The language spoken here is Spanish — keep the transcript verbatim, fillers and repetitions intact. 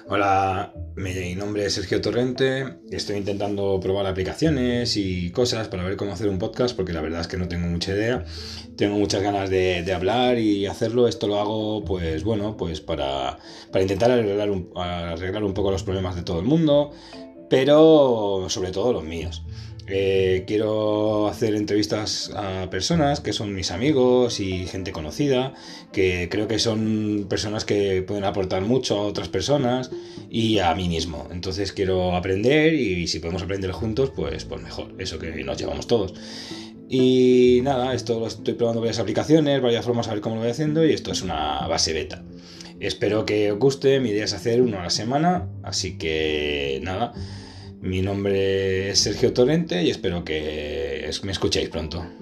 Hola, mi nombre es Sergio Torrente. Estoy intentando probar aplicaciones y cosas para ver cómo hacer un podcast porque la verdad es que no tengo mucha idea. Tengo muchas ganas de, de hablar y hacerlo. Esto lo hago, pues bueno, pues para, para intentar arreglar un, arreglar un poco los problemas de todo el mundo, pero sobre todo los míos. Eh, quiero hacer entrevistas a personas que son mis amigos y gente conocida, que creo que son personas que pueden aportar mucho a otras personas y a mí mismo. Entonces quiero aprender y si podemos aprender juntos, pues, pues mejor. Eso que nos llevamos todos. Y nada, esto lo estoy probando varias aplicaciones, varias formas a ver cómo lo voy haciendo y esto es una base beta. Espero que os guste, mi idea es hacer uno a la semana, así que nada, mi nombre es Sergio Torrente y espero que me escuchéis pronto.